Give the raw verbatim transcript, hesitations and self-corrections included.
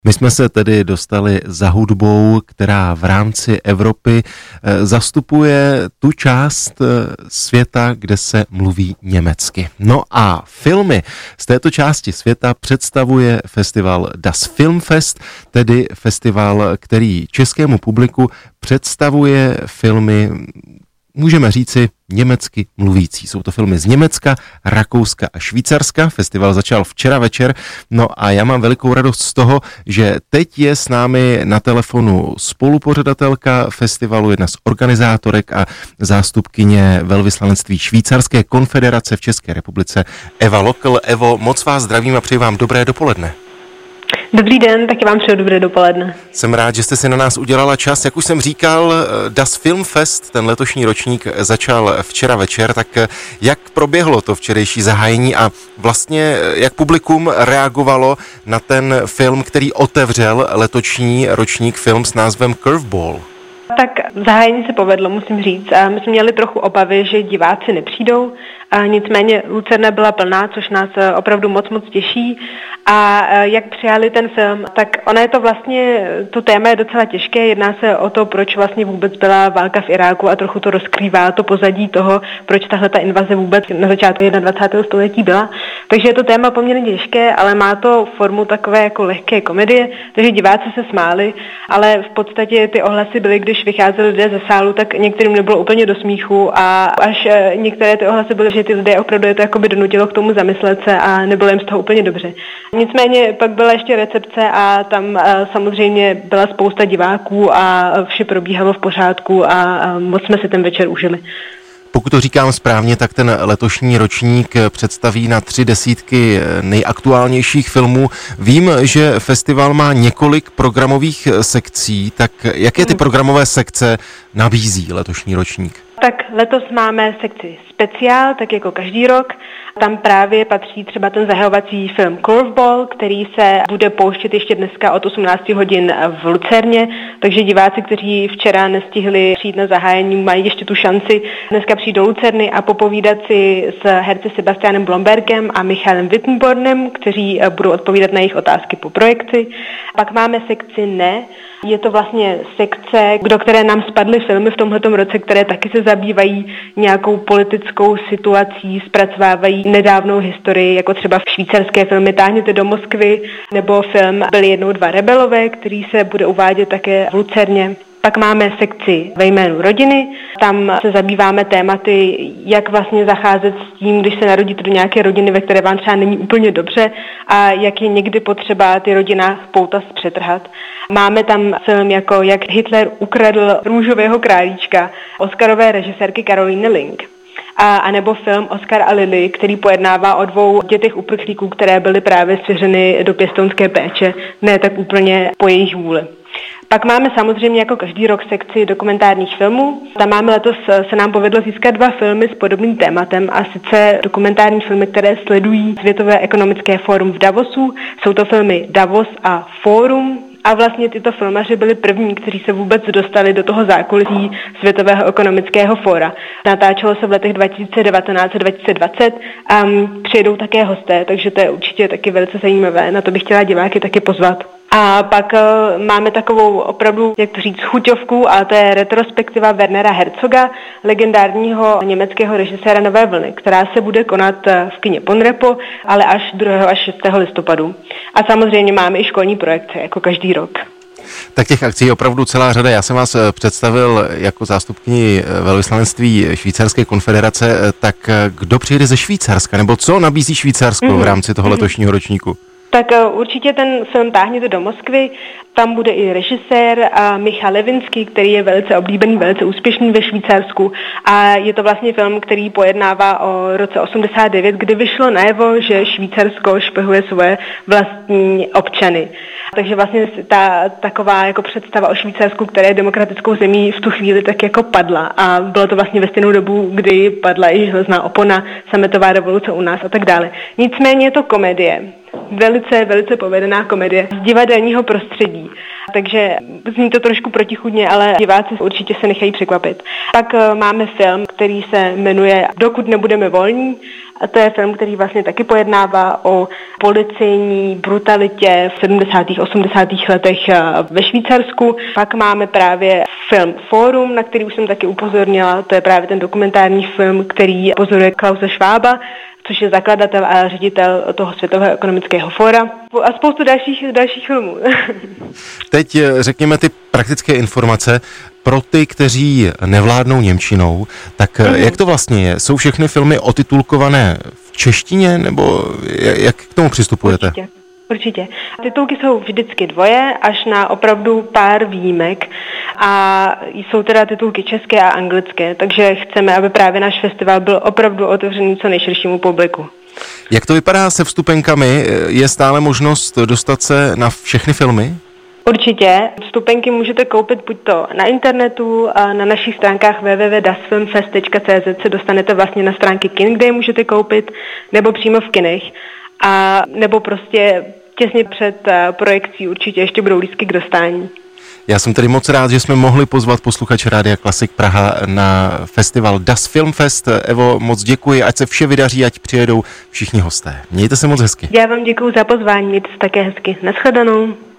My jsme se tedy dostali za hudbou, která v rámci Evropy zastupuje tu část světa, kde se mluví německy. No a filmy z této části světa představuje festival Das Filmfest, tedy festival, který českému publiku představuje filmy, můžeme říci, německy mluvící. Jsou to filmy z Německa, Rakouska a Švýcarska. Festival začal včera večer, no a já mám velikou radost z toho, že teď je s námi na telefonu spolupořadatelka festivalu, jedna z organizátorek a zástupkyně velvyslanectví Švýcarské konfederace v České republice, Eva Lokl. Evo, moc vás zdravím a přeji vám dobré dopoledne. Dobrý den, taky vám přeju dobré dopoledne. Jsem rád, že jste si na nás udělala čas. Jak už jsem říkal, Das Filmfest, ten letošní ročník, začal včera večer, tak jak proběhlo to včerejší zahájení a vlastně jak publikum reagovalo na ten film, který otevřel letošní ročník, film s názvem Curveball? Tak zahájení se povedlo, musím říct. My jsme měli trochu obavy, že diváci nepřijdou, a nicméně Lucerna byla plná, což nás opravdu moc moc těší. A jak přijali ten film, tak ono je to vlastně, to téma je docela těžké, jedná se o to, proč vlastně vůbec byla válka v Iráku a trochu to rozkrývá to pozadí toho, proč tahle ta invaze vůbec na začátku dvacátého prvního století byla. Takže je to téma poměrně těžké, ale má to formu takové jako lehké komedie, takže diváci se smáli, ale v podstatě ty ohlasy byly, když vycházeli lidé ze sálu, tak některým nebylo úplně do smíchu a až některé ty ohlasy byly, že ty lidé opravdu je to jakoby donutilo k tomu zamyslet se a nebylo jim z toho úplně dobře. Nicméně pak byla ještě recepce a tam samozřejmě byla spousta diváků a vše probíhalo v pořádku a moc jsme si ten večer užili. Pokud to říkám správně, tak ten letošní ročník představí na tři desítky nejaktuálnějších filmů. Vím, že festival má několik programových sekcí, tak jaké ty programové sekce nabízí letošní ročník? Tak letos máme sekci speciál, tak jako každý rok. Tam právě patří třeba ten zahajovací film Curveball, který se bude pouštět ještě dneska od osmnácti hodin v Lucerně, takže diváci, kteří včera nestihli přijít na zahájení, mají ještě tu šanci dneska přijít do Lucerny a popovídat si s herci Sebastianem Blombergem a Michalem Wittenbornem, kteří budou odpovídat na jejich otázky po projekci. Pak máme sekci Ne. Je to vlastně sekce, do které nám spadly filmy v tomhletom roce, které taky se zabývají nějakou politickou situací, zpracovávají nedávnou historii, jako třeba švýcarské filmy Táhněte do Moskvy, nebo film Byli jednou dva rebelové, který se bude uvádět také v Lucerně. Pak máme sekci Ve jménu rodiny, tam se zabýváme tématy, jak vlastně zacházet s tím, když se narodíte do nějaké rodiny, ve které vám třeba není úplně dobře a jak je někdy potřeba ty rodina pouta zpřetrhat. Máme tam film jako Jak Hitler ukradl růžového králíčka oscarové režisérky Caroline Link. A, a nebo film Oscar a Lily, který pojednává o dvou dětech uprchlíků, které byly právě svěřeny do pěstounské péče, ne tak úplně po jejich vůli. Pak máme samozřejmě jako každý rok sekci dokumentárních filmů. Tam máme letos, se nám povedlo získat dva filmy s podobným tématem a sice dokumentární filmy, které sledují Světové ekonomické fórum v Davosu. Jsou to filmy Davos a Fórum. A vlastně tyto filmaři byli první, kteří se vůbec dostali do toho zákulisí Světového ekonomického fóra. Natáčelo se v letech dva tisíce devatenáct a dva tisíce dvacet a přijedou také hosté, takže to je určitě taky velice zajímavé. Na to bych chtěla diváky taky pozvat. A pak uh, máme takovou opravdu, jak to říct, chuťovku, a to je retrospektiva Wernera Herzoga, legendárního německého režiséra Nové vlny, která se bude konat v kině Ponrepo, ale až druhého až šestého listopadu. A samozřejmě máme i školní projekce, jako každý rok. Tak těch akcí je opravdu celá řada. Já jsem vás představil jako zástupkyni velvyslanectví Švýcarské konfederace, tak kdo přijede ze Švýcarska, nebo co nabízí Švýcarsko mm-hmm. v rámci toho letošního ročníku? Tak určitě ten film Táhněte do Moskvy, tam bude i režisér Michal Levinsky, který je velice oblíbený, velice úspěšný ve Švýcarsku a je to vlastně film, který pojednává o roce osmdesát devět, kdy vyšlo najevo, že Švýcarsko špehuje svoje vlastní občany. Takže vlastně ta taková jako představa o Švýcarsku, která je demokratickou zemí, v tu chvíli tak jako padla a bylo to vlastně ve stejnou dobu, kdy padla i železná opona, sametová revoluce u nás a tak dále. Nicméně je to komedie. Velice, velice povedená komedie z divadelního prostředí. takže zní to trošku protichůdně, ale diváci určitě se nechají překvapit. Pak máme film, který se jmenuje Dokud nebudeme volní. A to je film, který vlastně taky pojednává o policejní brutalitě v sedmdesátých osmdesátých letech ve Švýcarsku. Pak máme právě film Fórum, na který už jsem taky upozornila. To je právě ten dokumentární film, který pozoruje Klause Schwaba, což je zakladatel a ředitel toho Světového ekonomického fóra. A spoustu dalších, dalších filmů. Teď řekněme ty praktické informace. Pro ty, kteří nevládnou němčinou, tak mm-hmm. jak to vlastně je? Jsou všechny filmy otitulkované v češtině, nebo jak k tomu přistupujete? Určitě. Určitě. Titulky jsou vždycky dvoje, až na opravdu pár výjimek. A jsou teda titulky české a anglické, takže chceme, aby právě náš festival byl opravdu otevřený co nejširšímu publiku. Jak to vypadá se vstupenkami? Je stále možnost dostat se na všechny filmy? Určitě. Vstupenky můžete koupit buď to na internetu, a na našich stránkách w w w tečka das film fest tečka c z se dostanete vlastně na stránky kin, kde je můžete koupit, nebo přímo v kinech, a nebo prostě těsně před projekcí určitě ještě budou lístky k dostání. Já jsem tedy moc rád, že jsme mohli pozvat posluchače Rádia Klasik Praha na festival Das Filmfest. Evo, moc děkuji, ať se vše vydaří, ať přijedou všichni hosté. Mějte se moc hezky. Já vám děkuji za pozvání, mějte se také hezky. Nashledanou.